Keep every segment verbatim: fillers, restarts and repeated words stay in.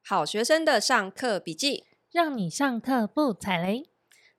好学生的上课笔记， 让你上课不踩雷。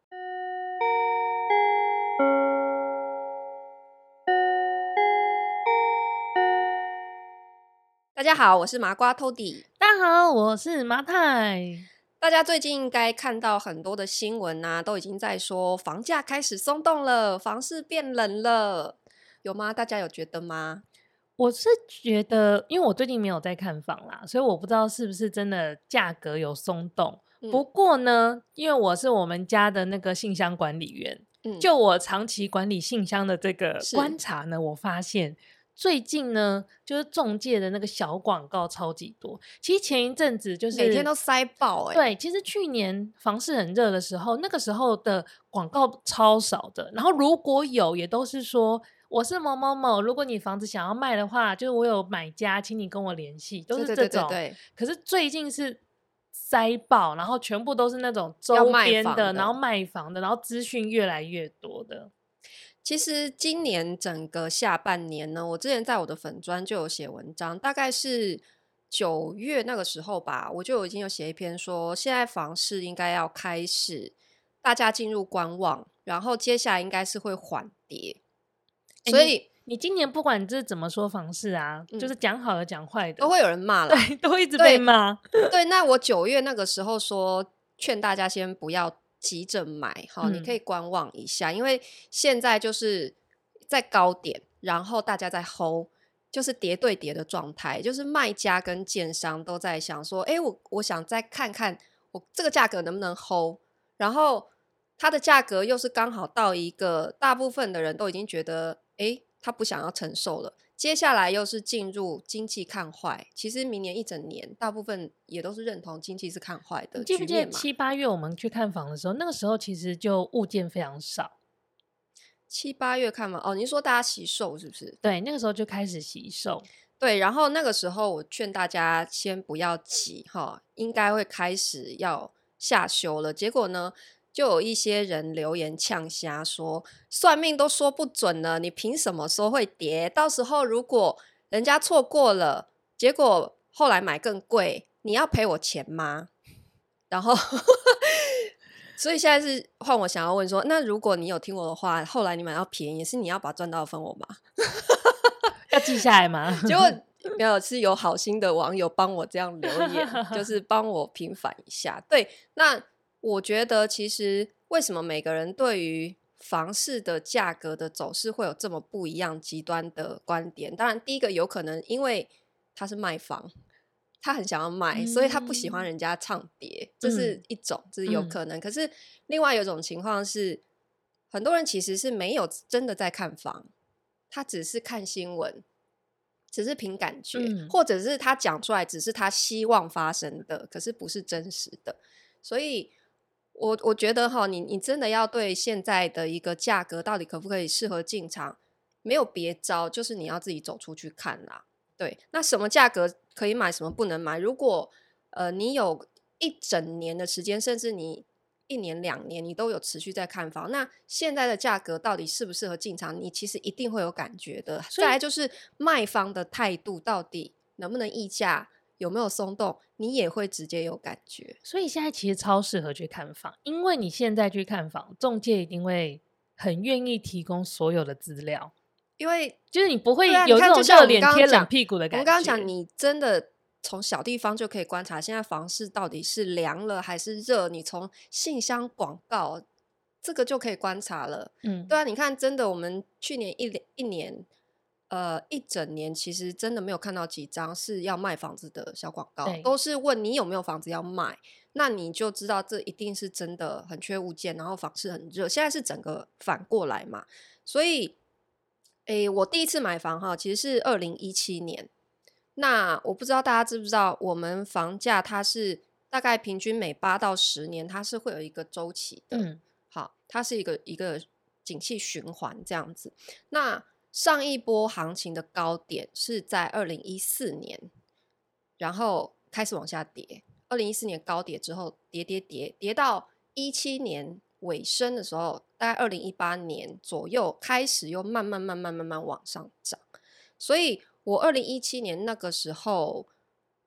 大家好，我是麻瓜 Tody。 大家好，我是麻太。 大家最近应该看到很多的新闻啊，都已经在说房价开始松动了，房市变冷了，有吗？大家有觉得吗？ 我是觉得，因为我最近没有在看房啦，所以我不知道是不是真的价格有松动。 嗯不过呢，因为我是我们家的那个信箱管理员， 嗯就我长期管理信箱的这个是观察呢，我发现最近呢，就是中介的那个小广告超级多。其实前一阵子就是每天都塞爆欸对，其实去年房市很热的时候，那个时候的广告超少的，然后如果有，也都是说我是某某某，如果你房子想要卖的话，就是我有买家，请你跟我联系，都是对这种。 对对对对可是最近是塞爆，然后全部都是那种要周边的， 卖房的然后卖房的，然后资讯越来越多的。 其实今年整个下半年呢，我之前在我的粉专就有写文章，大概是九月那个时候吧，我就已经有写一篇说，现在房市应该要开始大家进入观望，然后接下来应该是会缓跌， 诶所以你你今年不管这怎么说房市啊， 嗯就是讲好的讲坏的， 都会有人骂啦。 对，都会一直对被骂。 对，那我九月那个时候说，劝大家先不要急着买，哈、 嗯你可以观望一下，因为现在就是在高点，然后大家在 hold，就是叠对叠的状态，就是卖家跟建商都在想说，哎，我我想再看看我这个价格能不能 hold，然后它的价格又是刚好到一个大部分的人都已经觉得，哎，他不想要承受了。接下来又是进入经济看坏，其实明年一整年，大部分也都是认同经济是看坏的你记不记得局面嘛。 七八月我们去看房的时候，那个时候其实就物件非常少， 七八月看嘛，哦，你是说大家惜售是不是？ 对，那个时候就开始惜售。 对，然后那个时候我劝大家先不要急哈，应该会开始要下修了。结果呢，就有一些人留言呛瞎说，算命都说不准了，你凭什么说会跌？到时候如果人家错过了，结果后来买更贵，你要赔我钱吗？然后所以现在是换我想要问说，那如果你有听我的话，后来你买到便宜，是你要把赚到的分我吗？ 要记下来吗？ 结果没有，是有好心的网友帮我这样留言，就是帮我平反一下。对，那我觉得其实为什么每个人对于房市的价格的走势会有这么不一样极端的观点？当然，第一个有可能因为他是卖房，他很想要卖，所以他不喜欢人家唱跌，这是一种，这是有可能。可是另外有一种情况是，很多人其实是没有真的在看房，他只是看新闻，只是凭感觉， 嗯或者是他讲出来只是他希望发生的，可是不是真实的。所以我我觉得哈，你你真的要对现在的一个价格到底可不可以适合进场，没有别招，就是你要自己走出去看啦。对，那什么价格可以买，什么不能买？如果呃你有一整年的时间，甚至你一年两年你都有持续在看房，那现在的价格到底适不适合进场，你其实一定会有感觉的。 所以再来就是卖方的态度到底能不能议价，有没有松动，你也会直接有感觉。 所以现在其实超适合去看房，因为你现在去看房，中介一定会很愿意提供所有的资料， 因为就是你不会对啊， 有这种你看就像我们热脸贴冷刚刚讲屁股的感觉。 我们刚刚讲，你真的从小地方就可以观察现在房市到底是凉了还是热，你从信箱广告这个就可以观察了。 嗯， 对啊，你看真的我们去年一年一年呃一整年其实真的没有看到几张是要卖房子的小广告， 对都是问你有没有房子要卖，那你就知道这一定是真的很缺物件，然后房市很热。现在是整个反过来嘛，所以诶，我第一次买房哈，其实是二零一七年。那我不知道大家知不知道，我们房价它是大概平均每八到十年，它是会有一个周期的。 嗯， 好，它是一个一个景气循环这样子。那上一波行情的高点是在二零一四年，然后开始往下跌。二零一四年高跌之后，跌跌跌跌到一七年尾声的时候，大概二零一八年左右开始又慢慢慢慢慢慢往上涨。所以我二零一七年那个时候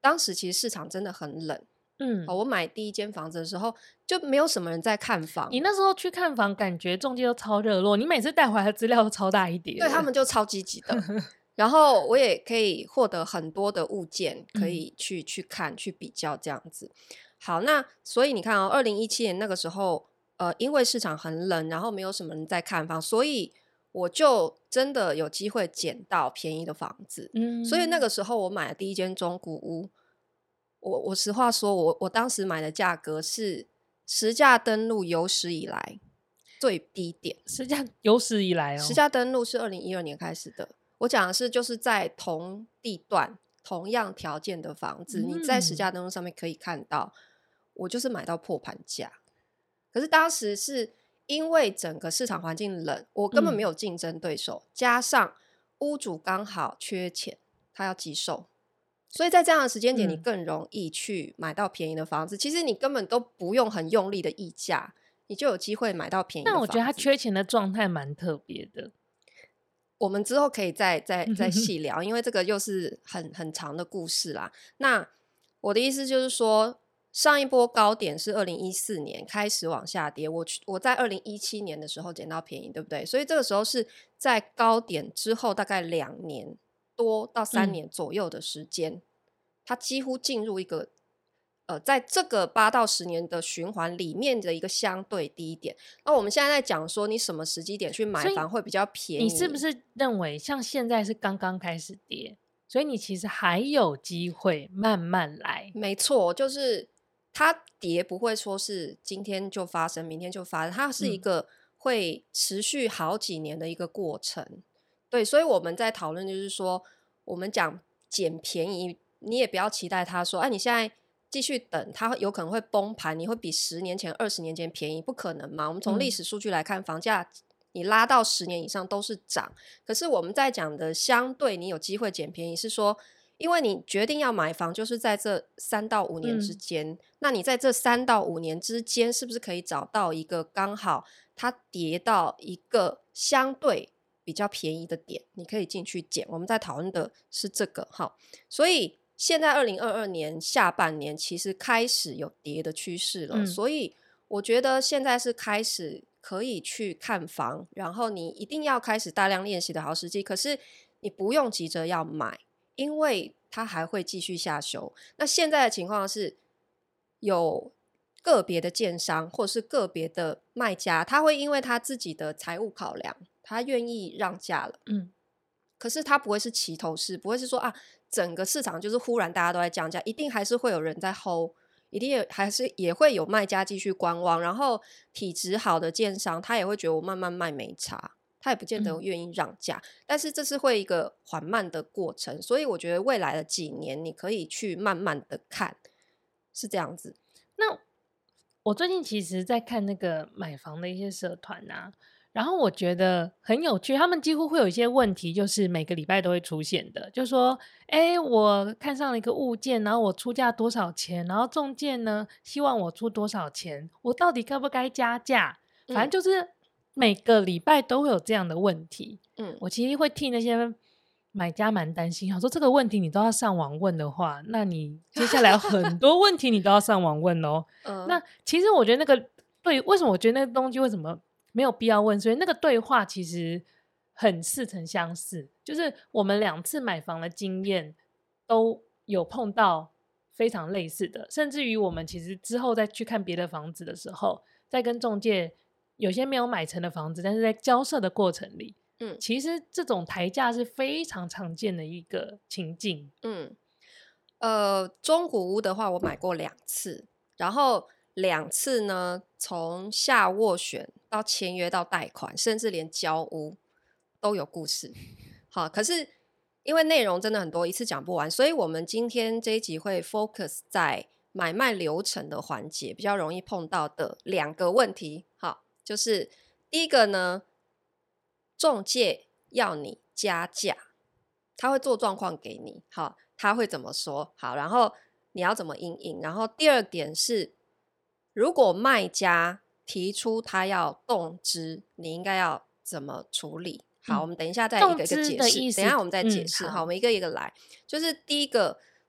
当时其实市场真的很冷。 嗯， 我买第一间房子的时候就没有什么人在看房。 你那时候去看房感觉中介都超热络，你每次带回来的资料都超大一叠。 对，他们就超积极的然后我也可以获得很多的物件可以去、嗯、去看去比较这样子。好，那所以你看哦，二零一七年那个时候呃，因为市场很冷，然后没有什么人在看房，所以我就真的有机会捡到便宜的房子。嗯，所以那个时候我买了第一间中古屋，我我实话说我我当时买的价格是实价登录有史以来最低点。 实价有史以来哦， 实价登录是二零一二年开始的。我讲的是就是在同地段同样条件的房子、嗯、你在实价登录上面可以看到我就是买到破盘价。可是当时是因为整个市场环境冷，我根本没有竞争对手、嗯、加上屋主刚好缺钱他要急售，所以在这样的时间点你更容易去买到便宜的房子、嗯、其实你根本都不用很用力的议价，你就有机会买到便宜的房子。 但我觉得他缺钱的状态蛮特别的， 我们之后可以再再再细聊因为这个又是很很长的故事啦。那我的意思就是说，上一波高点是二零一四年开始往下跌，我我在二零一七年的时候捡到便宜，对不对？所以这个时候是在高点之后大概两年多到三年左右的时间、嗯、它几乎进入一个呃，在这个八到十年的循环里面的一个相对低点。那我们现在在讲说你什么时机点去买房会比较便宜， 你是不是认为像现在是刚刚开始跌，所以你其实还有机会慢慢来？ 没错，就是它跌不会说是今天就发生明天就发生，它是一个会持续好几年的一个过程、嗯、对，所以我们在讨论就是说我们讲捡便宜，你也不要期待它说哎、啊，你现在继续等它有可能会崩盘，你会比十年前二十年前便宜，不可能嘛。我们从历史数据来看、嗯、房价你拉到十年以上都是涨，可是我们在讲的相对你有机会捡便宜是说因为你决定要买房就是在这三到五年之间、嗯、那你在这三到五年之间是不是可以找到一个刚好它跌到一个相对比较便宜的点，你可以进去捡。我们在讨论的是这个。好，所以现在二零二二年下半年其实开始有跌的趋势了、嗯、所以我觉得现在是开始可以去看房，然后你一定要开始大量练习的好时机，可是你不用急着要买，因为它还会继续下修。那现在的情况是有个别的建商或是个别的卖家，他会因为他自己的财务考量他愿意让价了，嗯，可是他不会是齐头式，不会是说啊整个市场就是忽然大家都在降价，一定还是会有人在 hold， 一定也还是也会有卖家继续观望，然后体质好的建商他也会觉得我慢慢卖没差，他也不见得愿意让价、嗯、但是这是会一个缓慢的过程，所以我觉得未来的几年你可以去慢慢的看，是这样子。 那我最近其实在看那个买房的一些社团啊，然后我觉得很有趣，他们几乎会有一些问题就是每个礼拜都会出现的，就说哎，我看上了一个物件，然后我出价多少钱，然后中介呢希望我出多少钱，我到底该不该加价、嗯、反正就是每个礼拜都会有这样的问题。嗯，我其实会替那些买家蛮担心，说这个问题你都要上网问的话，那你接下来有很多问题你都要上网问哦、呃、那其实我觉得那个对，为什么我觉得那个东西为什么没有必要问，所以那个对话其实很似曾相识，就是我们两次买房的经验都有碰到非常类似的，甚至于我们其实之后再去看别的房子的时候，在跟仲介有些没有买成的房子，但是在交涉的过程里，嗯，其实这种抬价是非常常见的一个情境。 嗯，呃，中古屋的话我买过两次，然后两次呢从下斡旋到签约到贷款甚至连交屋都有故事。好，可是因为内容真的很多一次讲不完，所以我们今天这一集会 focus 在买卖流程的环节比较容易碰到的两个问题。好，就是第一个呢，仲介要你加价，他会做状况给你，好，他会怎么说，好，然后你要怎么因应。然后第二点是如果卖家提出他要动资，你应该要怎么处理。好、嗯、我们等一下再一个一个解释，等一下我们再解释、嗯、好，我们一个一个来。就是第一个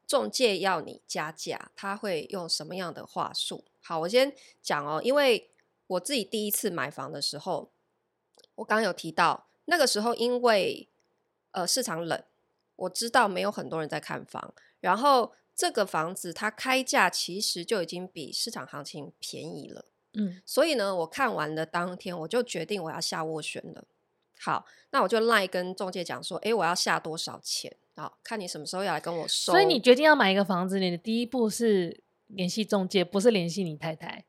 仲介要你加价，他会用什么样的话术？好，我先讲哦，因为我自己第一次买房的时候，我刚刚有提到，那个时候因为呃市场冷，我知道没有很多人在看房，然后这个房子它开价其实就已经比市场行情便宜了。嗯，所以呢，我看完了当天，我就决定我要下斡旋了。好，那我就赖跟仲介讲说，诶，我要下多少钱？好，看你什么时候要来跟我收。 所以你决定要买一个房子，你的第一步是联系仲介，不是联系你太太。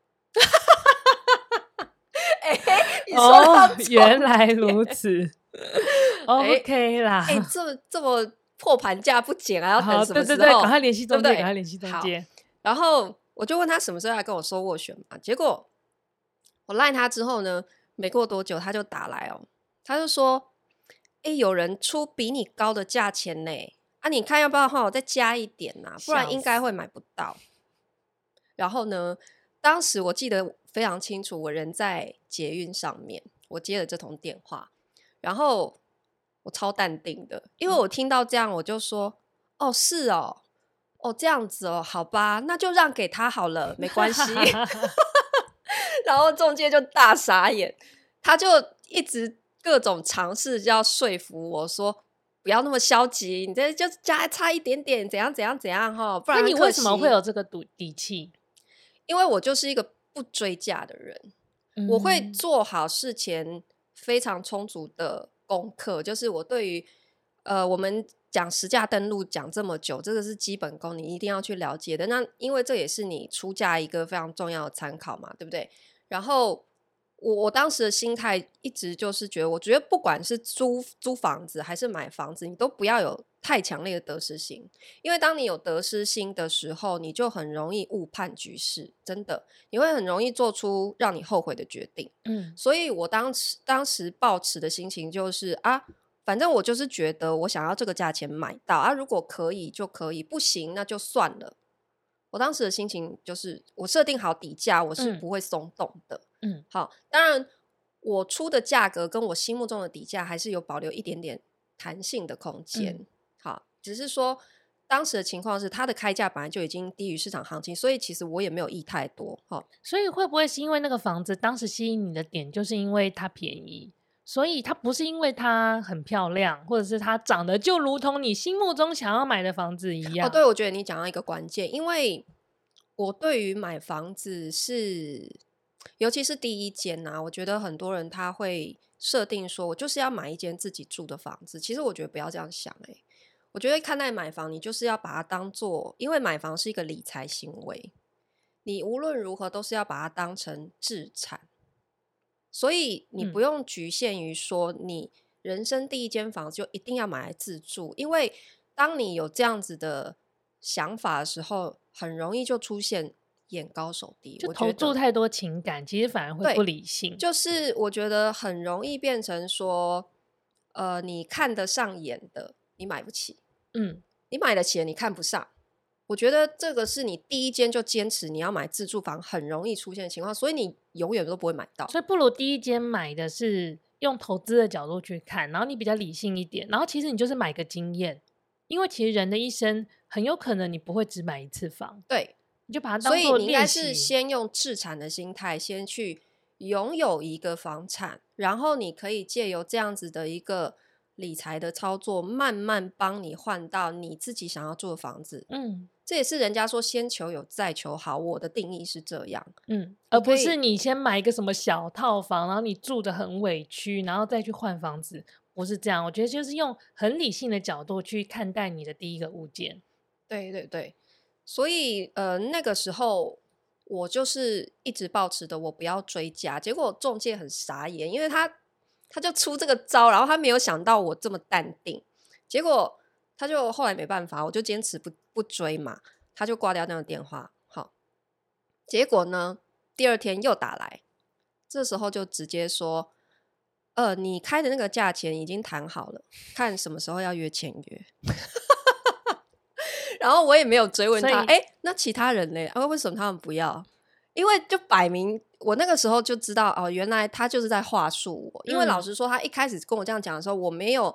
欸、你说到哦，原来如此。OK 啦， 哎、欸，这这么破盘价不减啊？要等什么时候？ 对对对，赶快联系仲介， 对对赶快联系仲介。 然后我就问他什么时候要跟我收斡旋嘛，结果我赖他之后呢，没过多久他就打来哦，他就说：“哎、欸，有人出比你高的价钱呢，啊，你看要不要的话，我再加一点呐、啊，不然应该会买不到。”然后呢，当时我记得非常清楚，我人在捷运上面，我接了这通电话，然后我超淡定的，因为我听到这样，我就说：“哦，是哦，哦这样子哦，好吧，那就让给他好了，没关系。”然后仲介就大傻眼，他就一直各种尝试要说服我说：“不要那么消极，你这就加差一点点，怎样怎样怎样哈，不然很可惜。” 那你为什么会有这个底气？ 因为我就是一个不追价的人，嗯、我会做好事前非常充足的功课，就是我对于呃我们讲实价登录讲这么久，这个是基本功，你一定要去了解的。那因为这也是你出价一个非常重要的参考嘛，对不对？然后我我当时的心态一直就是觉得，我觉得不管是租租房子还是买房子，你都不要有太强烈的得失心，因为当你有得失心的时候，你就很容易误判局势，真的，你会很容易做出让你后悔的决定。嗯，所以我当时当时抱持的心情就是啊，反正我就是觉得我想要这个价钱买到啊，如果可以就可以，不行那就算了。我当时的心情就是，我设定好底价，我是不会松动的。嗯，好，当然我出的价格跟我心目中的底价还是有保留一点点弹性的空间。嗯，好，只是说当时的情况是，它的开价本来就已经低于市场行情，所以其实我也没有议太多。好， 所以会不会是因为那个房子当时吸引你的点，就是因为它便宜？所以它不是因为它很漂亮，或者是它长得就如同你心目中想要买的房子一样。 哦，对，我觉得你讲到一个关键，因为我对于买房子是，尤其是第一间啊，我觉得很多人他会设定说，我就是要买一间自己住的房子。其实我觉得不要这样想、欸，哎，我觉得看待买房，你就是要把它当做，因为买房是一个理财行为，你无论如何都是要把它当成置产。所以你不用局限于说你人生第一间房子就一定要买来自住，因为当你有这样子的想法的时候，很容易就出现眼高手低， 就投注太多情感，其实反而会不理性。 就是我觉得很容易变成说，呃，你看得上眼的你买不起，嗯，你买得起的你看不上。我觉得这个是你第一间就坚持你要买自住房很容易出现的情况，所以你永远都不会买到。 所以不如第一间买的是用投资的角度去看，然后你比较理性一点，然后其实你就是买个经验，因为其实人的一生很有可能你不会只买一次房， 对， 你就把它当做练习。 所以你应该是先用置产的心态先去拥有一个房产，然后你可以借由这样子的一个理财的操作，慢慢帮你换到你自己想要住的房子。嗯，这也是人家说先求有再求好，我的定义是这样。嗯， 而不是你先买一个什么小套房，然后你住得很委屈，然后再去换房子，不是这样。我觉得就是用很理性的角度去看待你的第一个物件。 对对对，所以呃那个时候我就是一直抱持的我不要追价，结果仲介很傻眼，因为他他就出这个招，然后他没有想到我这么淡定，结果他就后来没办法，我就坚持不不追嘛，他就挂掉那个电话。好，结果呢，第二天又打来，这时候就直接说，呃，你开的那个价钱已经谈好了，看什么时候要约签约。然后我也没有追问他，哎，那其他人呢？啊，为什么他们不要？因为就摆明我那个时候就知道哦，原来他就是在话术我。因为老实说，他一开始跟我这样讲的时候，我没有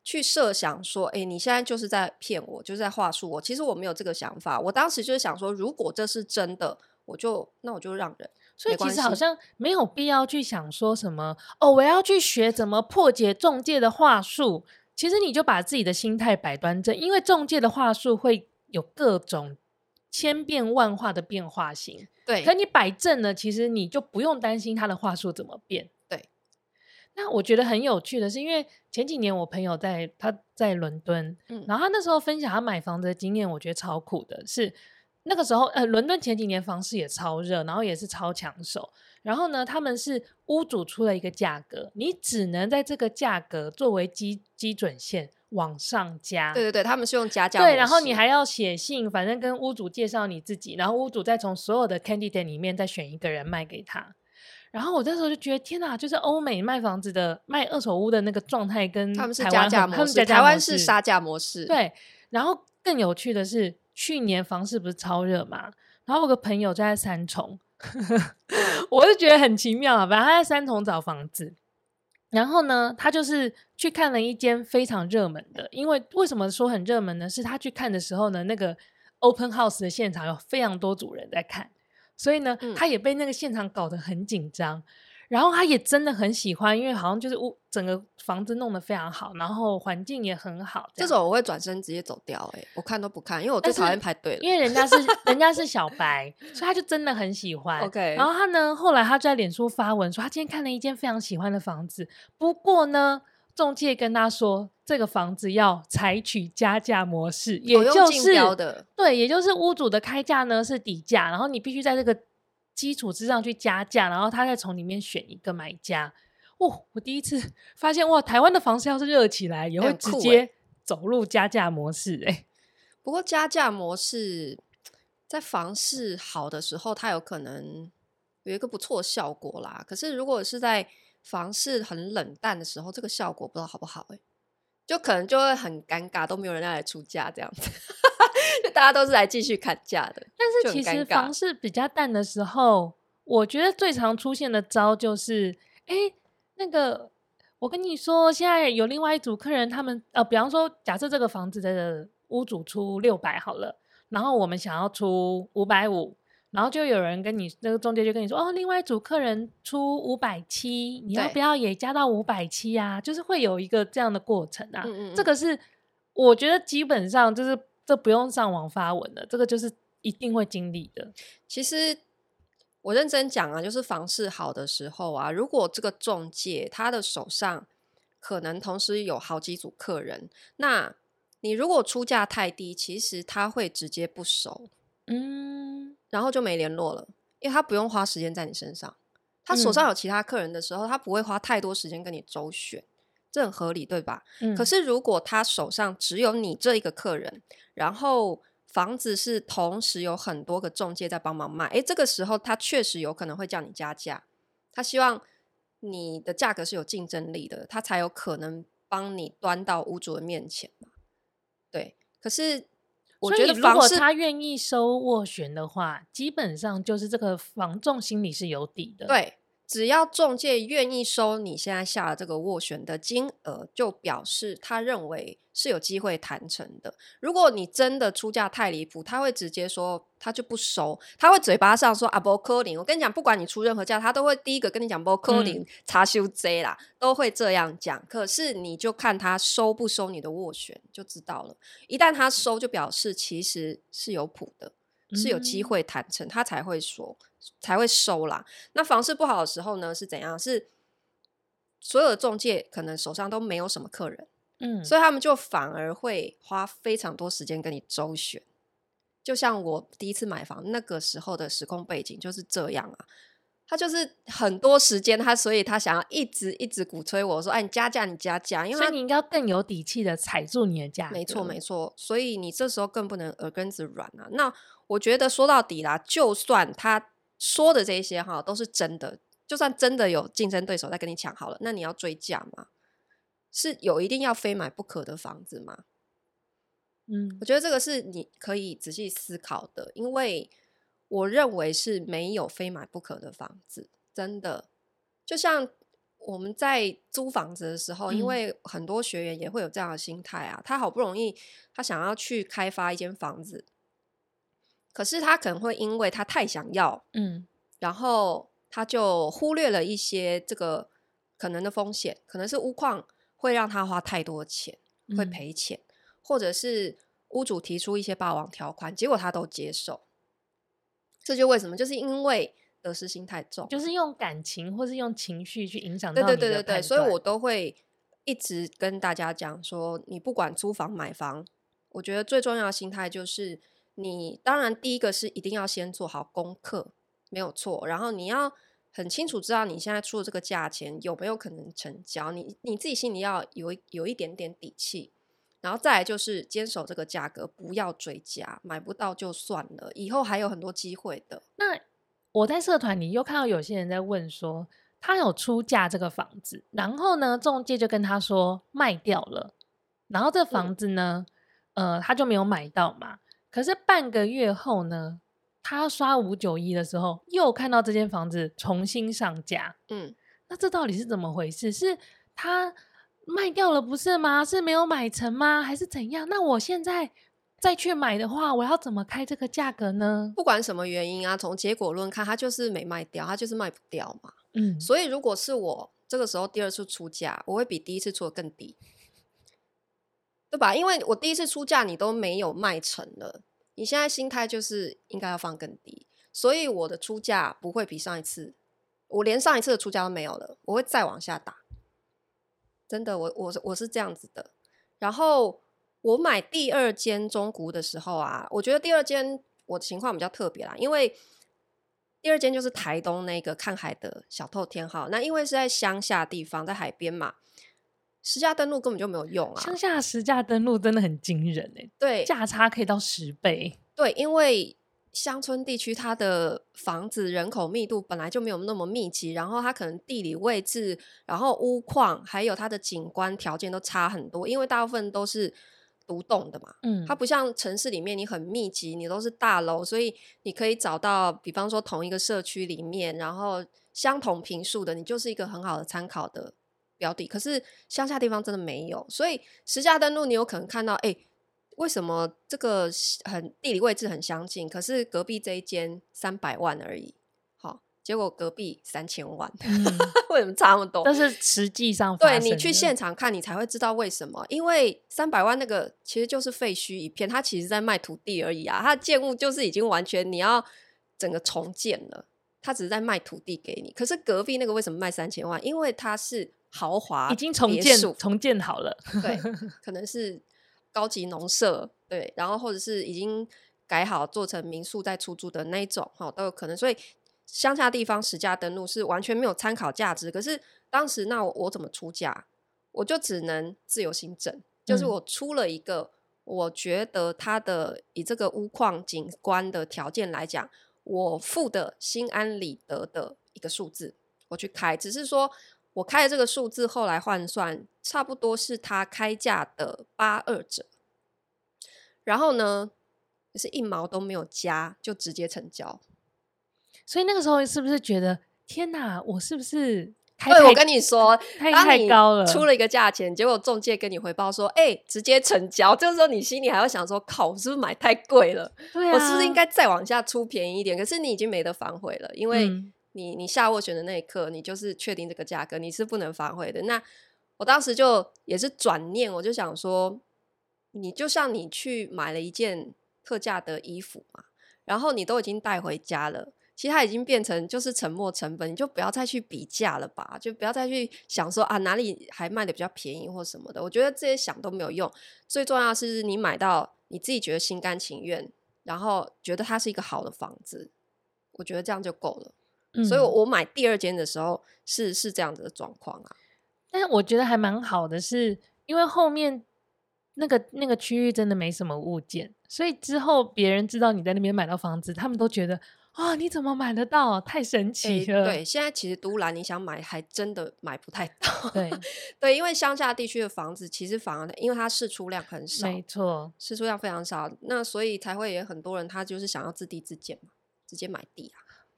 去设想说，哎，你现在就是在骗我，就是在话术我。其实我没有这个想法，我当时就是想说，如果这是真的，我就那我就让人。 所以其实好像没有必要去想说什么哦，我要去学怎么破解中介的话术。其实你就把自己的心态摆端正，因为中介的话术会有各种千变万化的变化型。 对， 可你摆正了，其实你就不用担心他的话术怎么变。 对， 那我觉得很有趣的是，因为前几年我朋友在他在伦敦、嗯、然后他那时候分享他买房子的经验，我觉得超酷的是那个时候呃，伦敦前几年房市也超热，然后也是超抢手，然后呢他们是屋主出了一个价格，你只能在这个价格作为基基准线往上加。 对对对，他们是用加价模式。 对，然后你还要写信，反正跟屋主介绍你自己，然后屋主再从所有的 candidate 里面再选一个人卖给他。然后我那时候就觉得天哪，就是欧美卖房子的卖二手屋的那个状态跟他们是加价模式，台湾是杀价模式。 对，然后更有趣的是去年房市不是超热嘛，然后我有个朋友在三重我就觉得很奇妙啊，反正他在三重找房子，然后呢他就是去看了一间非常热门的，因为为什么说很热门呢，是他去看的时候呢，那个 open house 的现场有非常多组人在看，所以呢、嗯、他也被那个现场搞得很紧张，然后他也真的很喜欢，因为好像就是整个房子弄得非常好，然后环境也很好， 这, 这种我会转身直接走掉、欸、我看都不看，因为我最讨厌排队了， 因为人家是人家是小白所以他就真的很喜欢 OK， 然后他呢后来他就在脸书发文说他今天看了一间非常喜欢的房子，不过呢中介跟他说这个房子要采取加价模式，也就是的对，也就是屋主的开价呢是底价，然后你必须在这个基础之上去加价，然后他再从里面选一个买家。哦，我第一次发现哇，台湾的房市要是热起来也会直接走入加价模式、欸、 不过加价模式在房市好的时候它有可能有一个不错的效果啦，可是如果是在房市很冷淡的时候，这个效果不知道好不好、欸、就可能就会很尴尬，都没有人要来出价这样子就大家都是来继续砍价的。 但是其实房市比较淡的时候，我觉得最常出现的招就是哎，那个我跟你说现在有另外一组客人，他们呃，比方说假设这个房子的屋主出六百好了，然后我们想要出五百五，然后就有人跟你那个中介就跟你说哦，另外一组客人出五百七，你要不要也加到五百七啊？就是会有一个这样的过程啊。嗯嗯嗯，这个是我觉得基本上就是这不用上网发文了，这个就是一定会经历的。 其实我认真讲啊，就是房市好的时候啊，如果这个中介他的手上可能同时有好几组客人，那你如果出价太低，其实他会直接不收，嗯，然后就没联络了，因为他不用花时间在你身上，他手上有其他客人的时候、嗯、他不会花太多时间跟你周旋，这很合理对吧、嗯、可是如果他手上只有你这一个客人，然后房子是同时有很多个中介在帮忙卖，诶，这个时候他确实有可能会叫你加价，他希望你的价格是有竞争力的，他才有可能帮你端到屋主的面前嘛。对，可是我觉得房市， 所以如果他愿意收斡旋的话，基本上就是这个房仲心里是有底的。 对，只要中介愿意收你现在下的这个斡旋的金额，就表示他认为是有机会谈成的。如果你真的出价太离谱，他会直接说他就不收，他会嘴巴上说啊不可能，我跟你讲不管你出任何价，他都会第一个跟你讲不可能，查修 J 啦，都会这样讲。可是你就看他收不收你的斡旋就知道了，一旦他收就表示其实是有谱的，是有机会谈成、嗯、他才会说才会收啦。那房市不好的时候呢是怎样，是所有的中介可能手上都没有什么客人，嗯，所以他们就反而会花非常多时间跟你周旋。就像我第一次买房那个时候的时空背景就是这样啊，他就是很多时间，他所以他想要一直一直鼓吹我说哎，你加价你加价，因为所以你应该要更有底气的踩住你的价格。 没错没错，所以你这时候更不能耳根子软啊。那我觉得说到底啦，就算他说的这些哈都是真的，就算真的有竞争对手在跟你抢好了，那你要追价吗？是有一定要非买不可的房子吗？嗯，我觉得这个是你可以仔细思考的，因为我认为是没有非买不可的房子，真的。就像我们在租房子的时候， 嗯因为很多学员也会有这样的心态啊，他好不容易他想要去开发一间房子，可是他可能会因为他太想要， 嗯然后他就忽略了一些这个可能的风险，可能是屋况会让他花太多钱，会嗯赔钱，或者是屋主提出一些霸王条款，结果他都接受。这就为什么，就是因为得失心太重， 就是用感情或是用情绪去影响对到你的对对对对， 判断。 所以我都会一直跟大家讲说，你不管租房买房，我觉得最重要的心态就是你，当然第一个是一定要先做好功课，没有错，然后你要很清楚知道你现在出的这个价钱有没有可能成交，你你自己心里要有有一点点底气。然后再来就是坚守这个价格，不要追加，买不到就算了，以后还有很多机会的。 那我在社团里又看到有些人在问说，他有出价这个房子，然后呢，中介就跟他说卖掉了，然后这房子呢，嗯、呃，他就没有买到嘛。可是半个月后呢，他刷五九一的时候，又看到这间房子重新上架。 嗯， 那这到底是怎么回事？是他卖掉了不是吗？是没有买成吗？还是怎样？那我现在再去买的话，我要怎么开这个价格呢？ 不管什么原因啊，从结果论看，它就是没卖掉，它就是卖不掉嘛。 嗯， 所以如果是我这个时候第二次出价，我会比第一次出的更低，对吧？因为我第一次出价你都没有卖成了，你现在心态就是应该要放更低，所以我的出价不会比上一次，我连上一次的出价都没有了，我会再往下打。真的，我我我是这样子的。然后我买第二间中古的时候啊，我觉得第二间我的情况比较特别啦，因为第二间就是台东那个看海的小透天号，那因为是在乡下地方，在海边嘛，实价登录根本就没有用啊。 乡下实价登录真的很惊人欸， 对， 价差可以到十倍。 对，因为乡村地区它的房子人口密度本来就没有那么密集，然后它可能地理位置，然后屋况还有它的景观条件都差很多，因为大部分都是独栋的嘛， 嗯， 它不像城市里面你很密集，你都是大楼，所以你可以找到比方说同一个社区里面，然后相同坪数的，你就是一个很好的参考的标的。可是乡下地方真的没有，所以实价登录你有可能看到，哎，为什么这个很地理位置很相近，可是隔壁这一间三百万而已，好，结果隔壁三千万，嗯、为什么差那么多？ 但是实际上发生的， 对，你去现场看，你才会知道为什么。因为三百万那个其实就是废墟一片，它其实在卖土地而已啊，它的建物就是已经完全你要整个重建了，它只是在卖土地给你。可是隔壁那个为什么卖三千万？因为它是豪华， 已经重建重建好了， 对，可能是高级农舍，对，然后或者是已经改好做成民宿在出租的那一种，哦，都有可能。所以乡下地方实价登录是完全没有参考价值。可是当时那 我, 我怎么出价？我就只能自由行政，就是我出了一个、嗯、我觉得它的以这个屋况景观的条件来讲，我付的心安理得的一个数字，我去开。只是说我开的这个数字后来换算差不多是他开价的八二折，然后呢是一毛都没有加就直接成交。 所以那个时候是不是觉得天哪，我是不是开对，我跟你说太太高了， 出了一个价钱，结果中介跟你回报说哎、欸，直接成交，这个时候你心里还会想说靠，我是不是买太贵了、 对啊、 我是不是应该再往下出便宜一点？可是你已经没得反悔了，因为、嗯你你下斡旋的那一刻，你就是确定这个价格，你是不能反悔的。那我当时就也是转念，我就想说，你就像你去买了一件特价的衣服嘛，然后你都已经带回家了，其实它已经变成就是沉没成本，你就不要再去比价了吧，就不要再去想说啊哪里还卖的比较便宜或什么的。我觉得这些想都没有用，最重要的是你买到你自己觉得心甘情愿，然后觉得它是一个好的房子，我觉得这样就够了。嗯、所以我买第二间的时候是是这样子的状况啊。 但是我觉得还蛮好的是，因为后面那个那个区域真的没什么物件，所以之后别人知道你在那边买到房子，他们都觉得啊、哦，你怎么买得到？太神奇了。 欸、对，现在其实都兰你想买还真的买不太到。 对对，因为乡下地区的房子其实反而因为它释出量很少， 没错， 释出量非常少，那所以才会有很多人他就是想要自地自建嘛，直接买地啊。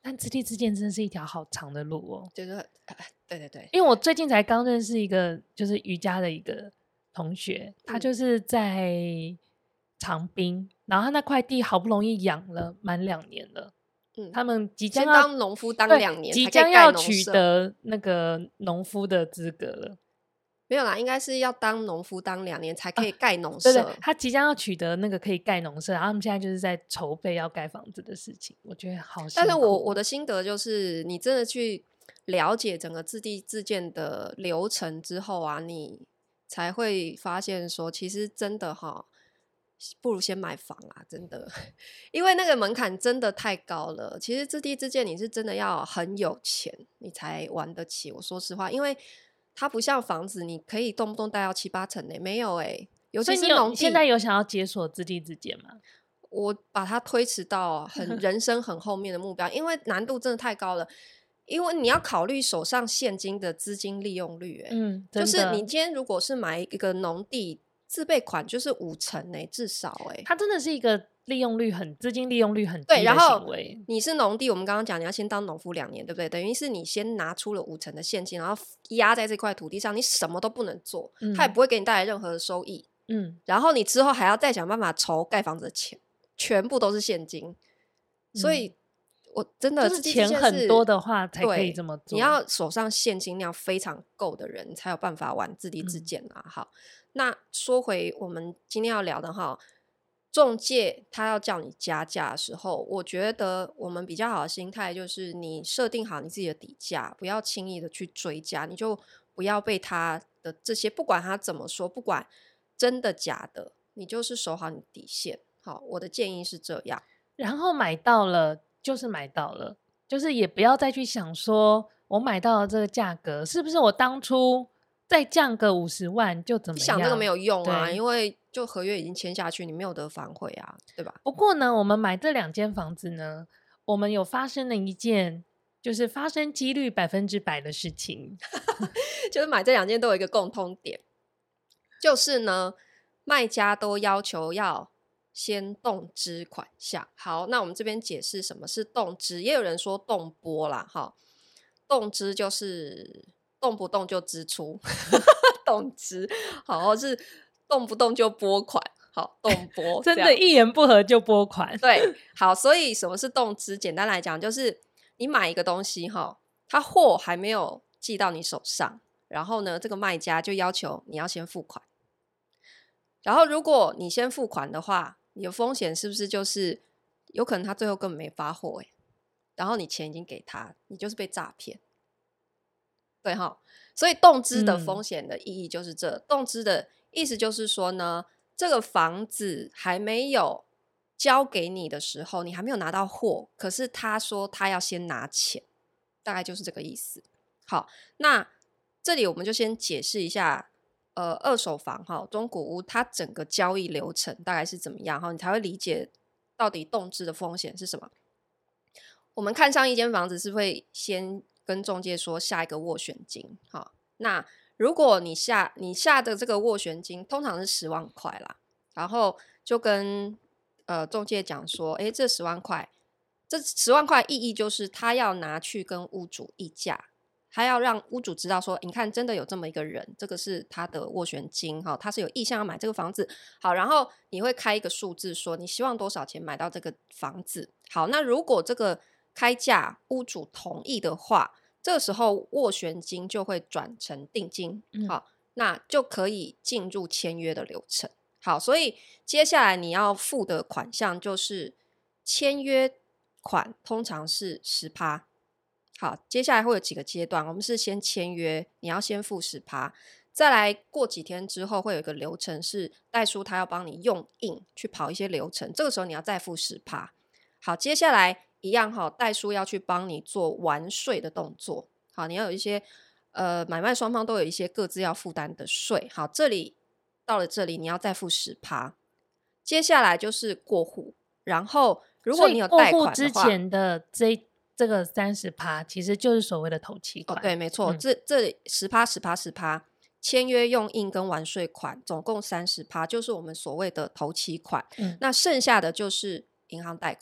但自立自建真的是一条好长的路哦。 就是、呃、对对对， 因为我最近才刚认识一个就是瑜伽的一个同学，他就是在长滨，然后他那块地好不容易养了满两年了。嗯，他们即将要先当农夫当两年， 即将要取得那个农夫的资格了。 没有啦，应该是要当农夫当两年才可以盖农舍、 啊、 对对，他即将要取得那个可以盖农舍，然后他们现在就是在筹备要盖房子的事情，我觉得好辛苦。 但是我我的心得就是，你真的去了解整个自地自建的流程之后啊，你才会发现说，其实真的哈，不如先买房啦，真的，因为那个门槛真的太高了。其实自地自建你是真的要很有钱，你才玩得起。我说实话，因为它不像房子，你可以动不动贷到七八成呢、欸，没有哎、欸，尤其是农地。 你现在有想要解锁自地自建吗？ 我把它推迟到很人生很后面的目标，因为难度真的太高了。因为你要考虑手上现金的资金利用率、欸， 嗯， 就是你今天如果是买一个农地，自备款就是五成哎、欸，至少哎、欸， 它真的是一个利用率很资金利用率很低的行为。对，然后你是农地，我们刚刚讲你要先当农夫两年，对不对？等于是你先拿出了五成的现金，然后压在这块土地上，你什么都不能做，嗯、它也不会给你带来任何的收益。嗯，然后你之后还要再想办法筹盖房子的钱，全部都是现金，所以。嗯我真的就是钱很多的话才可以这么做， 你要手上现金量非常够的人才有办法玩自立自建啊。嗯、好，那说回我们今天要聊的哈，仲介他要叫你加价的时候，我觉得我们比较好的心态就是你设定好你自己的底价，不要轻易的去追加，你就不要被他的这些不管他怎么说，不管真的假的，你就是守好你的底线。好，我的建议是这样。 然后买到了。就是买到了，就是也不要再去想说我买到了这个价格是不是我当初再降个五十万就怎么样， 想这个没有用啊，因为就合约已经签下去，你没有得反悔啊，对吧？ 不过呢，我们买这两间房子呢，我们有发生了一件就是发生几率百分之百的事情就是买这两间都有一个共通点，就是呢卖家都要求要先动支款项。好，那我们这边解释什么是动支，也有人说动拨啦。哈，动支就是动不动就支出动支，好，是动不动就拨款。好，动拨真的一言不合就拨款。 对，好，所以什么是动支？简单来讲就是你买一个东西哈，它货还没有寄到你手上，然后呢这个卖家就要求你要先付款，然后如果你先付款的话，你的风险是不是就是有可能他最后根本没发货欸，然后你钱已经给他，你就是被诈骗。对齁，所以动支的风险的意义就是这、嗯、动支的意思就是说呢，这个房子还没有交给你的时候，你还没有拿到货，可是他说他要先拿钱，大概就是这个意思。好，那这里我们就先解释一下呃，二手房哈，中古屋它整个交易流程大概是怎么样哈，你才会理解到底动支的风险是什么。我们看上一间房子是会先跟仲介说下一个斡旋金哈，那如果你下你下的这个斡旋金通常是十万块啦，然后就跟呃仲介讲说，诶，这十万块，这十万块意义就是他要拿去跟屋主议价。他要让屋主知道说，你看真的有这么一个人，这个是他的斡旋金，他是有意向要买这个房子。好，然后你会开一个数字说你希望多少钱买到这个房子。好，那如果这个开价屋主同意的话，这个时候斡旋金就会转成定金、嗯、好，那就可以进入签约的流程。好，所以接下来你要付的款项就是签约款，通常是 百分之十。好，接下来会有几个阶段，我们是先签约，你要先付 百分之十， 再来过几天之后会有一个流程是代书他要帮你用印去跑一些流程，这个时候你要再付 百分之十。 好，接下来一样哈，代书要去帮你做完税的动作。好，你要有一些呃买卖双方都有一些各自要负担的税。好，这里到了这里你要再付 百分之十。 接下来就是过户，然后如果你有贷款的话， 过户之前的这这个 百分之三十 其实就是所谓的头期款、 哦、对，没错、嗯、这这 百分之十 百分之十 百分之十 签约用印跟完税款总共 百分之三十 就是我们所谓的头期款、嗯、那剩下的就是银行贷款，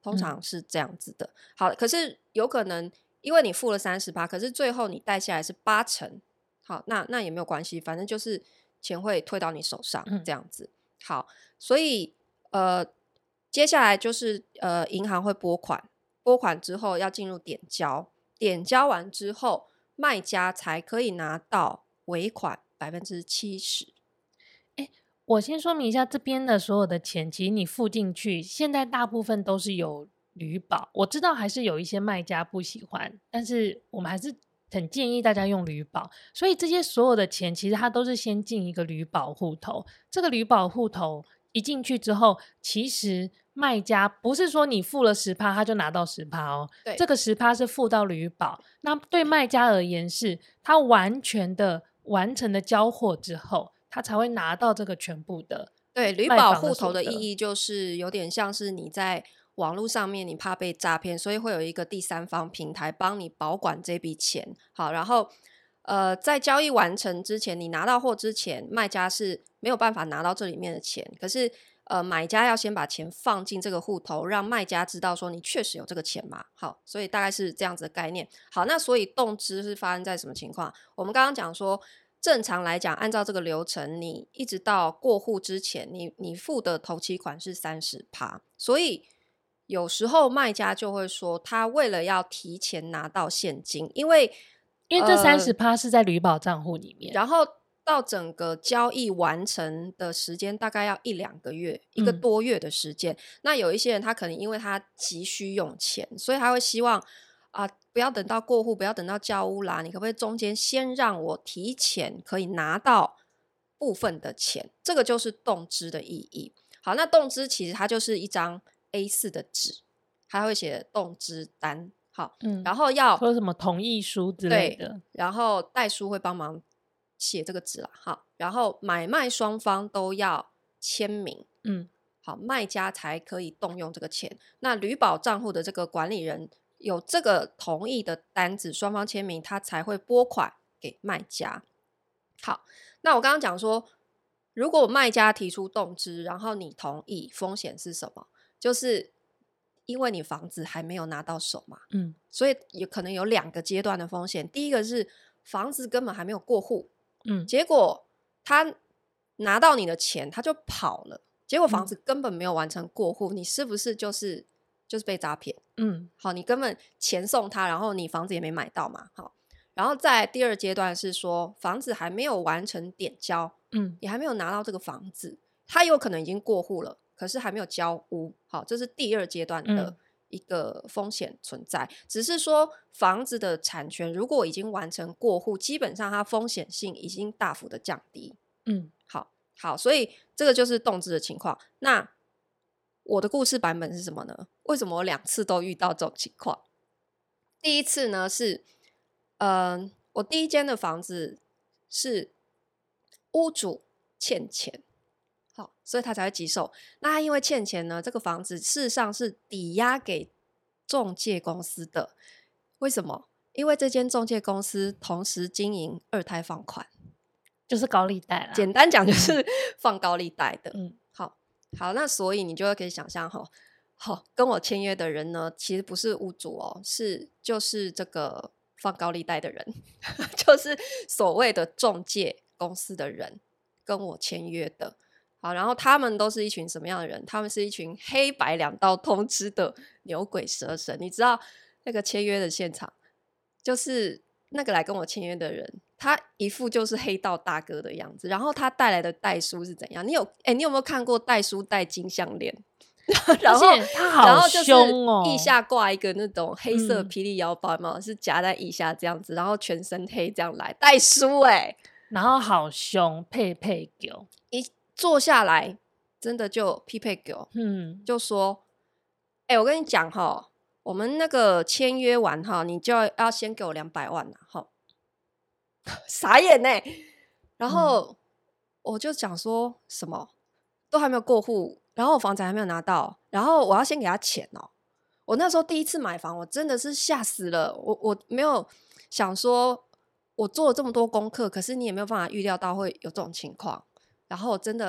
通常是这样子的。嗯、好，可是有可能因为你付了 百分之三十， 可是最后你贷下来是八成，好，那那也没有关系，反正就是钱会退到你手上这样子。嗯、好，所以呃，接下来就是呃，银行会拨款，拨款之后要进入点交，点交完之后，卖家才可以拿到尾款百分之七十。 哎，我先说明一下，这边的所有的钱，其实你付进去，现在大部分都是有旅保。我知道还是有一些卖家不喜欢，但是我们还是很建议大家用旅保。所以这些所有的钱，其实它都是先进一个旅保户头。这个旅保户头一进去之后，其实卖家不是说你付了 百分之十 他就拿到 百分之十 哦， 对， 这个 百分之十 是付到旅保。那对卖家而言是他完全的完成的交货之后，他才会拿到这个全部的。 对，旅保户头的意义就是有点像是你在网络上面你怕被诈骗，所以会有一个第三方平台帮你保管这笔钱。好，然后呃，在交易完成之前，你拿到货之前，卖家是没有办法拿到这里面的钱，可是呃，买家要先把钱放进这个户头，让卖家知道说你确实有这个钱嘛。好，所以大概是这样子的概念。好，那所以动支是发生在什么情况？我们刚刚讲说，正常来讲，按照这个流程，你一直到过户之前，你你付的头期款是 百分之三十， 所以有时候卖家就会说，他为了要提前拿到现金，因为因为这 百分之三十 是在旅保账户里面， 然后到整个交易完成的时间大概要一两个月，一个多月的时间。嗯、那有一些人他可能因为他急需用钱，所以他会希望啊、呃，不要等到过户，不要等到交屋啦，你可不可以中间先让我提前可以拿到部分的钱？这个就是动支的意义。好，那动支其实它就是一张 A 四 的纸，它会写动支单。好，嗯，然后要说什么同意书之类的， 然后代书会帮忙写这个字啦，好，然后买卖双方都要签名，嗯，好，卖家才可以动用这个钱。那旅保账户的这个管理人有这个同意的单子，双方签名，他才会拨款给卖家。好，那我刚刚讲说，如果卖家提出动支，然后你同意，风险是什么？就是因为你房子还没有拿到手嘛，嗯，所以有可能有两个阶段的风险。第一个是房子根本还没有过户，嗯，结果他拿到你的钱他就跑了，结果房子根本没有完成过户，嗯、你是不是就是就是被诈骗？嗯，好，你根本钱送他，然后你房子也没买到嘛，好，然后在第二阶段是说房子还没有完成点交，嗯，你还没有拿到这个房子，他有可能已经过户了，可是还没有交屋，好，这是第二阶段的一个风险存在。嗯、只是说房子的产权如果已经完成过户，基本上它风险性已经大幅的降低。嗯，好，好，所以这个就是动支的情况。那我的故事版本是什么呢？为什么我两次都遇到这种情况？第一次呢是，嗯、呃，我第一间的房子是屋主欠钱。好，所以他才会急售。那他因为欠钱呢，这个房子事实上是抵押给仲介公司的。为什么？因为这间仲介公司同时经营二胎放款， 就是高利贷啦。 简单讲就是放高利贷的。嗯，好，好，那所以你就可以想象哈，好，跟我签约的人呢，其实不是屋主哦，是就是这个放高利贷的人，就是所谓的仲介公司的人跟我签约的。好，然后他们都是一群什么样的人？他们是一群黑白两道通吃的牛鬼蛇神。你知道那个签约的现场，就是那个来跟我签约的人，他一副就是黑道大哥的样子。然后他带来的代书是怎样？你有哎，你有没有看过代书戴金项链？然后他好凶哦， 腋下挂一个那种黑色霹雳腰包嘛，嗯、是夹在腋下这样子，然后全身黑这样来代书哎， 然后好凶，配配狗一。坐下来真的就匹配给我，嗯，就说哎、欸，我跟你讲哈，我们那个签约完哈，你就要先给我两百万啦哈，傻眼呢、欸。然后、嗯、我就讲说什么都还没有过户，然后我房子还没有拿到，然后我要先给他钱哦。我那时候第一次买房，我真的是吓死了，我我没有想说我做了这么多功课，可是你也没有办法预料到会有这种情况。然后真的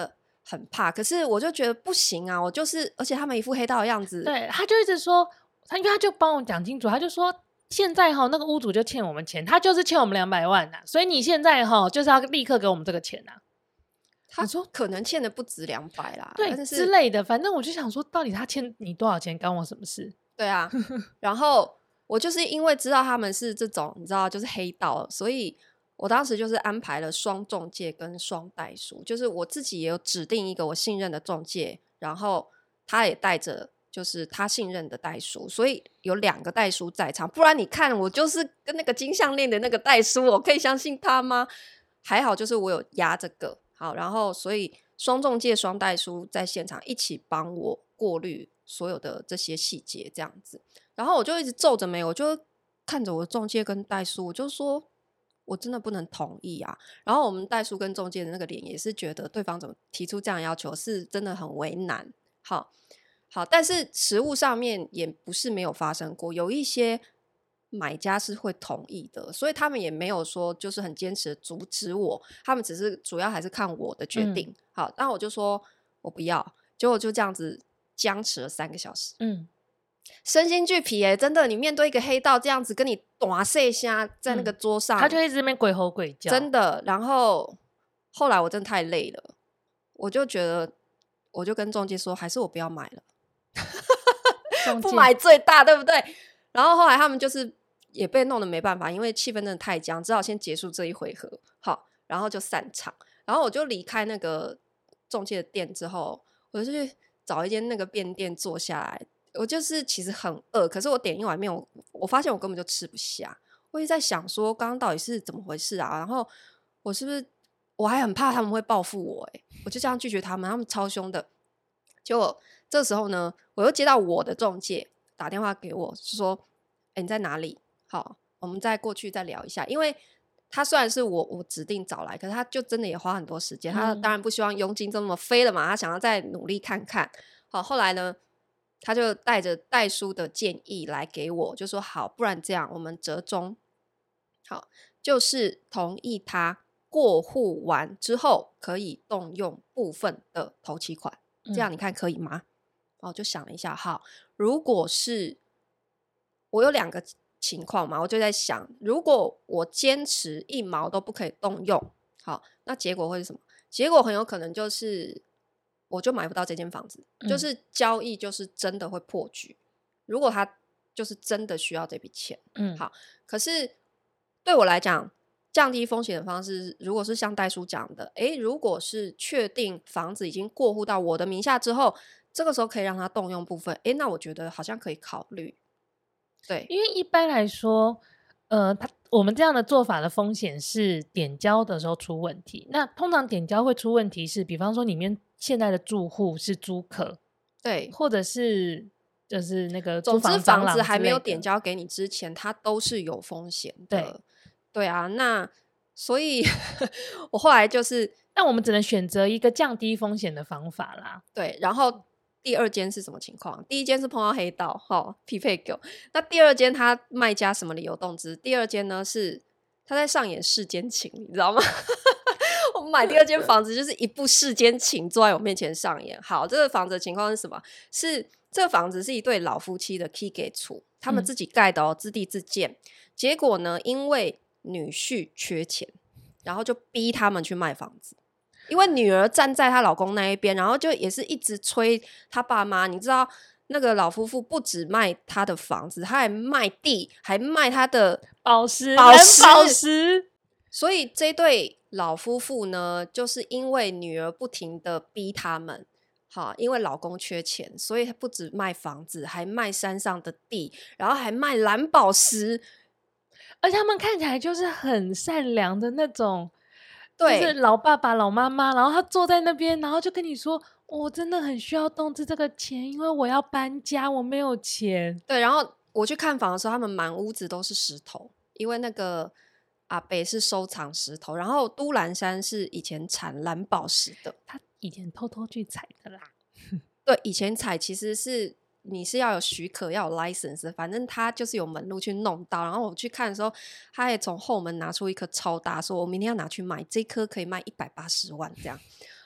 很怕，可是我就觉得不行啊，我就是而且他们一副黑道的样子， 对，他就一直说他因为他就帮我讲清楚，他就说现在齁那个屋主就欠我们钱，他就是欠我们两百万啊，所以你现在齁就是要立刻给我们这个钱啊。 他说可能欠的不止两百啦， 对但是之类的，反正我就想说到底他欠你多少钱干我什么事。 对啊然后我就是因为知道他们是这种你知道就是黑道，所以我当时就是安排了双中介跟双代书，就是我自己也有指定一个我信任的中介，然后他也带着就是他信任的代书，所以有两个代书在场，不然你看我就是跟那个金项链的那个代书，我可以相信他吗？还好就是我有压这个好，然后所以双中介双代书在现场一起帮我过滤所有的这些细节这样子，然后我就一直皱着眉，我就看着我的中介跟代书，我就说我真的不能同意啊。然后我们代书跟中介的那个脸也是觉得对方怎么提出这样的要求是真的很为难。好好，但是实务上面也不是没有发生过，有一些买家是会同意的，所以他们也没有说就是很坚持的阻止我，他们只是主要还是看我的决定、嗯、好，但我就说我不要，结果就这样子僵持了三个小时。嗯，身心俱疲耶、欸、真的，你面对一个黑道这样子跟你大碎下在那个桌上、嗯、 他就一直在那边鬼吼鬼叫， 真的。然后后来我真的太累了，我就觉得我就跟中介说还是我不要买了不买最大对不对。然后后来他们就是也被弄得没办法，因为气氛真的太僵，只好先结束这一回合。好，然后就散场，然后我就离开那个中介的店之后，我就去找一间那个便店坐下来。我就是其实很饿，可是我点一碗面，我我发现我根本就吃不下。我也在想说刚刚到底是怎么回事啊，然后我是不是我还很怕他们会报复我、欸、我就这样拒绝他们，他们超凶的。结果这时候呢，我又接到我的中介打电话给我说欸，你在哪里？好，我们再过去再聊一下。因为他虽然是我我指定找来，可是他就真的也花很多时间、嗯、他当然不希望佣金这么飞了嘛，他想要再努力看看。好，后来呢他就带着代书的建议来给我，就说好，不然这样我们折中，好，就是同意他过户完之后可以动用部分的头期款、嗯、这样你看可以吗？我就想了一下，好，如果是我有两个情况嘛，我就在想如果我坚持一毛都不可以动用，好，那结果会是什么？结果很有可能就是我就买不到这间房子、嗯、就是交易就是真的会破局，如果他就是真的需要这笔钱。嗯，好，可是对我来讲降低风险的方式，如果是像代书讲的，诶，如果是确定房子已经过户到我的名下之后，这个时候可以让他动用部分，诶，那我觉得好像可以考虑。对， 因为一般来说呃，他我们这样的做法的风险是点交的时候出问题，那通常点交会出问题是比方说里面现在的住户是租客， 对， 或者是就是那个租房总之房子还没有点交给你之前它都是有风险的。对对啊，那所以我后来就是那我们只能选择一个降低风险的方法啦。 对，然后第二间是什么情况？第一间是碰到黑道、哦、匹配狗，那第二间他卖家什么理由动资？第二间呢是他在上演世间情，你知道吗？我们买第二间房子就是一部世间情坐在我面前上演。好，这个房子的情况是什么？是这个房子是一对老夫妻的 key 给处，他们自己盖的哦，自地自建。结果呢，因为女婿缺钱，然后就逼他们去卖房子。因为女儿站在她老公那一边，然后就也是一直催她爸妈。你知道那个老夫妇不只卖他的房子，他还卖地，还卖他的宝石宝石宝石。 所以这对老夫妇呢，就是因为女儿不停的逼他们，好，因为老公缺钱，所以不止卖房子，还卖山上的地，然后还卖蓝宝石， 而且他们看起来就是很善良的那种。对，就是老爸爸老妈妈，然后他坐在那边，然后就跟你说我、哦、真的很需要动资这个钱，因为我要搬家，我没有钱。 对，然后我去看房的时候，他们满屋子都是石头，因为那个阿伯是收藏石头，然后都兰山是以前产蓝宝石的， 他以前偷偷去采的啦。 对，以前采其实是你是要有许可，要有 license， 反正他就是有门路去弄到。然后我去看的时候，他也从后门拿出一颗超大，说我明天要拿去卖，这颗可以卖一百八十万这样。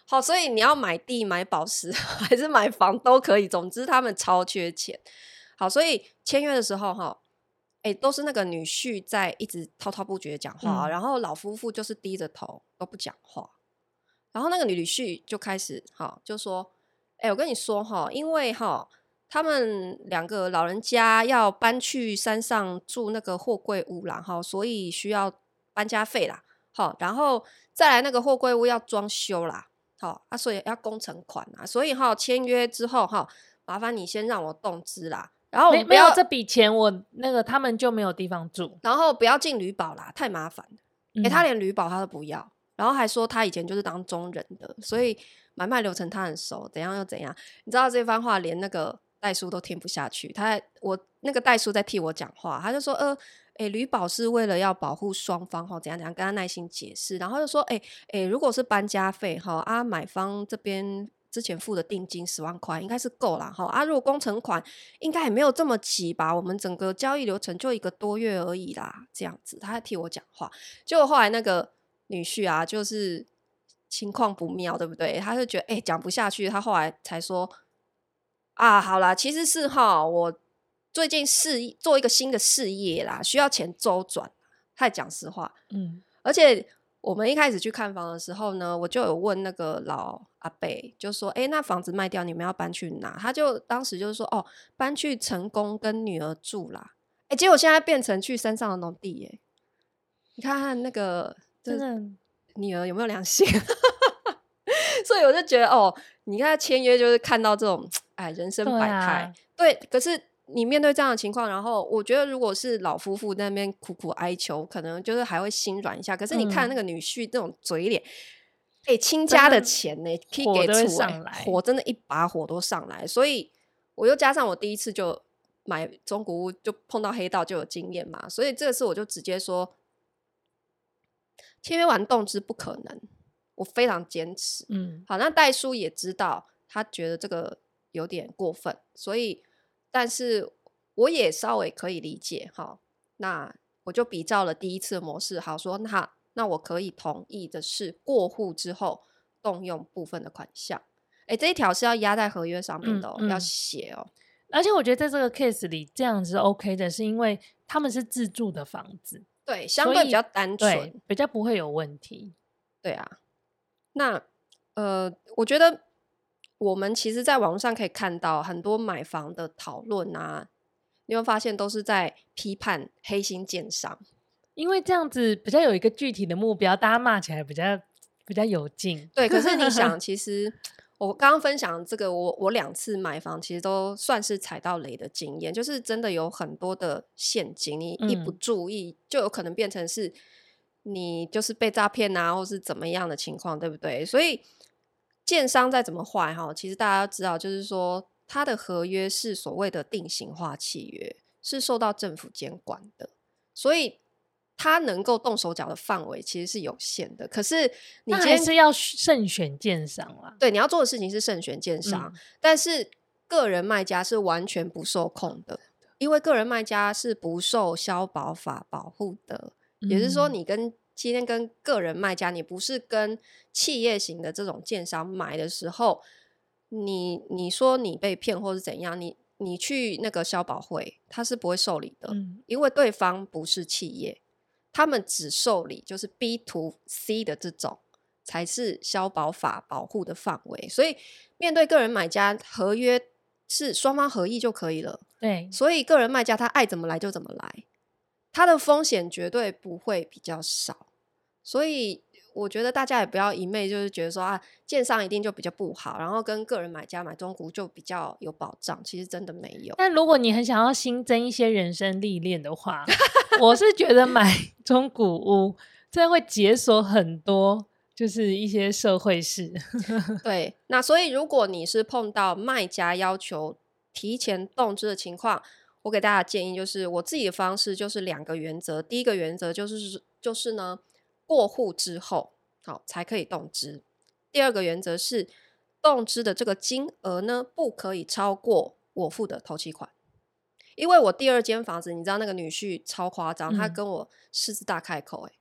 好，所以你要买地买宝石还是买房都可以，总之他们超缺钱。好，所以签约的时候哈，哎，都是那个女婿在一直滔滔不绝讲话、嗯、然后老夫妇就是低着头都不讲话，然后那个女婿就开始哈就说，哎，我跟你说哈，因为哈他们两个老人家要搬去山上住那个货柜屋啦，哈，所以需要搬家费啦，好，然后再来那个货柜屋要装修啦，好啊，所以要工程款啊，所以哈签约之后哈，麻烦你先让我动资啦，然后我们不要没有这笔钱，我那个他们就没有地方住， 然后不要进旅保啦，太麻烦了。哎、嗯，他连旅保他都不要，然后还说他以前就是当中人的，所以买卖流程他很熟，怎样又怎样。你知道这番话连那个代书都听不下去，他我那个代书在替我讲话，他就说呃。哎，旅保是为了要保护双方哈，怎样怎样，跟他耐心解释，然后就说，哎哎，如果是搬家费哈啊，买方这边之前付的定金十万块应该是够啦哈啊，如果工程款应该也没有这么急吧，我们整个交易流程就一个多月而已啦，这样子，他在替我讲话，结果后来那个女婿啊，就是情况不妙，对不对？他就觉得哎讲不下去，他后来才说啊，好啦，其实是哈我。最近事做一个新的事业啦，需要钱周转，他也讲实话。嗯，而且我们一开始去看房的时候呢，我就有问那个老阿伯，就说：“哎，那房子卖掉，你们要搬去哪？”他就当时就是说：“哦，搬去成功跟女儿住啦。”哎，结果现在变成去山上的农地耶！你看看那个，真的女儿有没有良心？所以我就觉得，哦，你看签约就是看到这种，哎，人生百态。对，啊、对，可是。你面对这样的情况，然后我觉得如果是老夫妇在那边苦苦哀求，可能就是还会心软一下。可是你看那个女婿这种嘴脸，哎、嗯，亲家的钱呢、欸，可以给出来，火真的一把火都上来。所以我又加上我第一次就买中古屋，就碰到黑道就有经验嘛，所以这个事我就直接说，签约完动资不可能，我非常坚持。嗯，好，那代书也知道，他觉得这个有点过分，所以。但是我也稍微可以理解哈，那我就比照了第一次的模式，好说那那我可以同意的是过户之后动用部分的款项，哎，这一条是要压在合约上面的、哦嗯嗯、要写哦。 而且我觉得在这个 case 里这样子 OK 的，是因为他们是自住的房子， 对，相对比较单纯， 比较不会有问题。 对啊，那呃，我觉得。我们其实在网络上可以看到很多买房的讨论啊，你会发现都是在批判黑心建商， 因为这样子比较有一个具体的目标，大家骂起来比较比较有劲。 对，可是你想，其实我刚刚分享这个，我我两次买房其实都算是踩到雷的经验，就是真的有很多的陷阱，你一不注意、嗯、就有可能变成是你就是被诈骗啊，或是怎么样的情况，对不对？所以建商再怎么坏哈，其实大家要知道，就是说它的合约是所谓的定型化契约，是受到政府监管的，所以它能够动手脚的范围其实是有限的。可是你今天还是要慎选建商啦， 对，你要做的事情是慎选建商、嗯，但是个人卖家是完全不受控的，因为个人卖家是不受消保法保护的，嗯、也就是说你跟今天跟个人卖家，你不是跟企业型的这种建商买的时候，你你说你被骗或是怎样，你你去那个消保会，他是不会受理的、嗯、因为对方不是企业，他们只受理就是 B to C 的这种才是消保法保护的范围，所以面对个人买家，合约是双方合意就可以了， 对， 所以个人卖家他爱怎么来就怎么来，他的风险绝对不会比较少，所以我觉得大家也不要一昧就是觉得说啊，建商一定就比较不好，然后跟个人买家买中古就比较有保障，其实真的没有。 但如果你很想要新增一些人生历练的话我是觉得买中古屋真的会解锁很多就是一些社会事对，那所以如果你是碰到卖家要求提前动资的情况，我给大家的建议就是我自己的方式就是两个原则，第一个原则就是就是呢过户之后好才可以动资，第二个原则是动资的这个金额呢不可以超过我付的头期款，因为我第二间房子你知道那个女婿超夸张、嗯、他跟我狮子大开口、欸、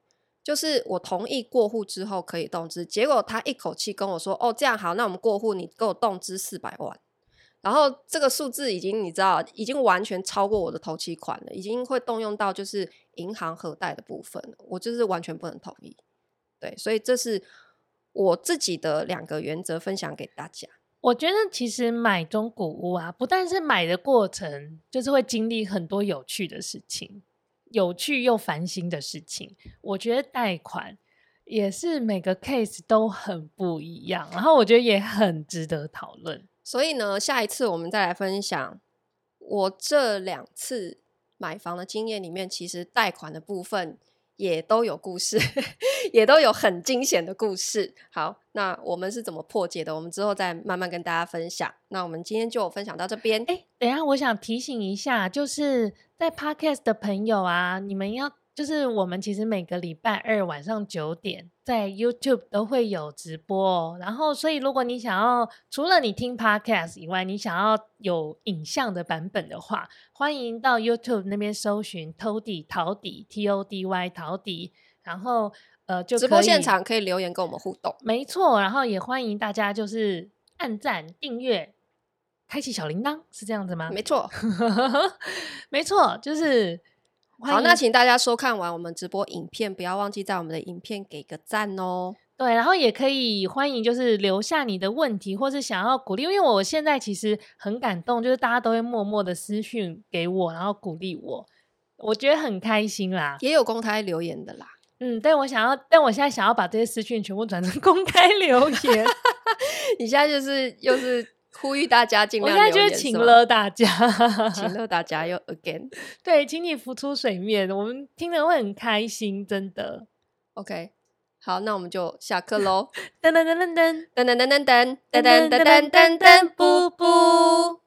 就是我同意过户之后可以动资，结果他一口气跟我说哦这样好，那我们过户你给我动资四百万，然后这个数字已经你知道已经完全超过我的头期款了，已经会动用到就是银行核贷的部分了，我就是完全不能同意。对，所以这是我自己的两个原则分享给大家。 我觉得其实买中古屋啊，不但是买的过程就是会经历很多有趣的事情，有趣又烦心的事情，我觉得贷款也是每个 case 都很不一样，然后我觉得也很值得讨论。 所以呢，下一次我们再来分享我这两次买房的经验里面，其实贷款的部分也都有故事也都有很惊险的故事。好，那我们是怎么破解的，我们之后再慢慢跟大家分享。那我们今天就分享到这边。 哎，等一下我想提醒一下，就是在 Podcast 的朋友啊，你们要就是我们其实每个礼拜二晚上九点在 YouTube 都会有直播哦，然后所以如果你想要除了你听 Podcast 以外，你想要有影像的版本的话，欢迎到 YouTube 那边搜寻 Tody 陶迪 T O D Y 陶迪，然后呃就可以直播现场可以留言跟我们互动。 没错，然后也欢迎大家就是按赞订阅开启小铃铛，是这样子吗？ 没错没错，就是好，那请大家收看完我们直播影片，不要忘记在我们的影片给个赞哦。 对，然后也可以欢迎就是留下你的问题或是想要鼓励，因为我现在其实很感动，就是大家都会默默的私讯给我，然后鼓励我，我觉得很开心啦。 也有公开留言的啦。 嗯，但我想要，但我现在想要把这些私讯全部转成公开留言。 你现在就是又是呼吁大家尽量留言，我现在就是请了大家， 请了大家又 again。 对，请你浮出水面，我们听了会很开心，真的。 OK， 好，那我们就下课喽。 噔噔噔噔噔噔噔噔噔噔噔噔噔噔噔，布布。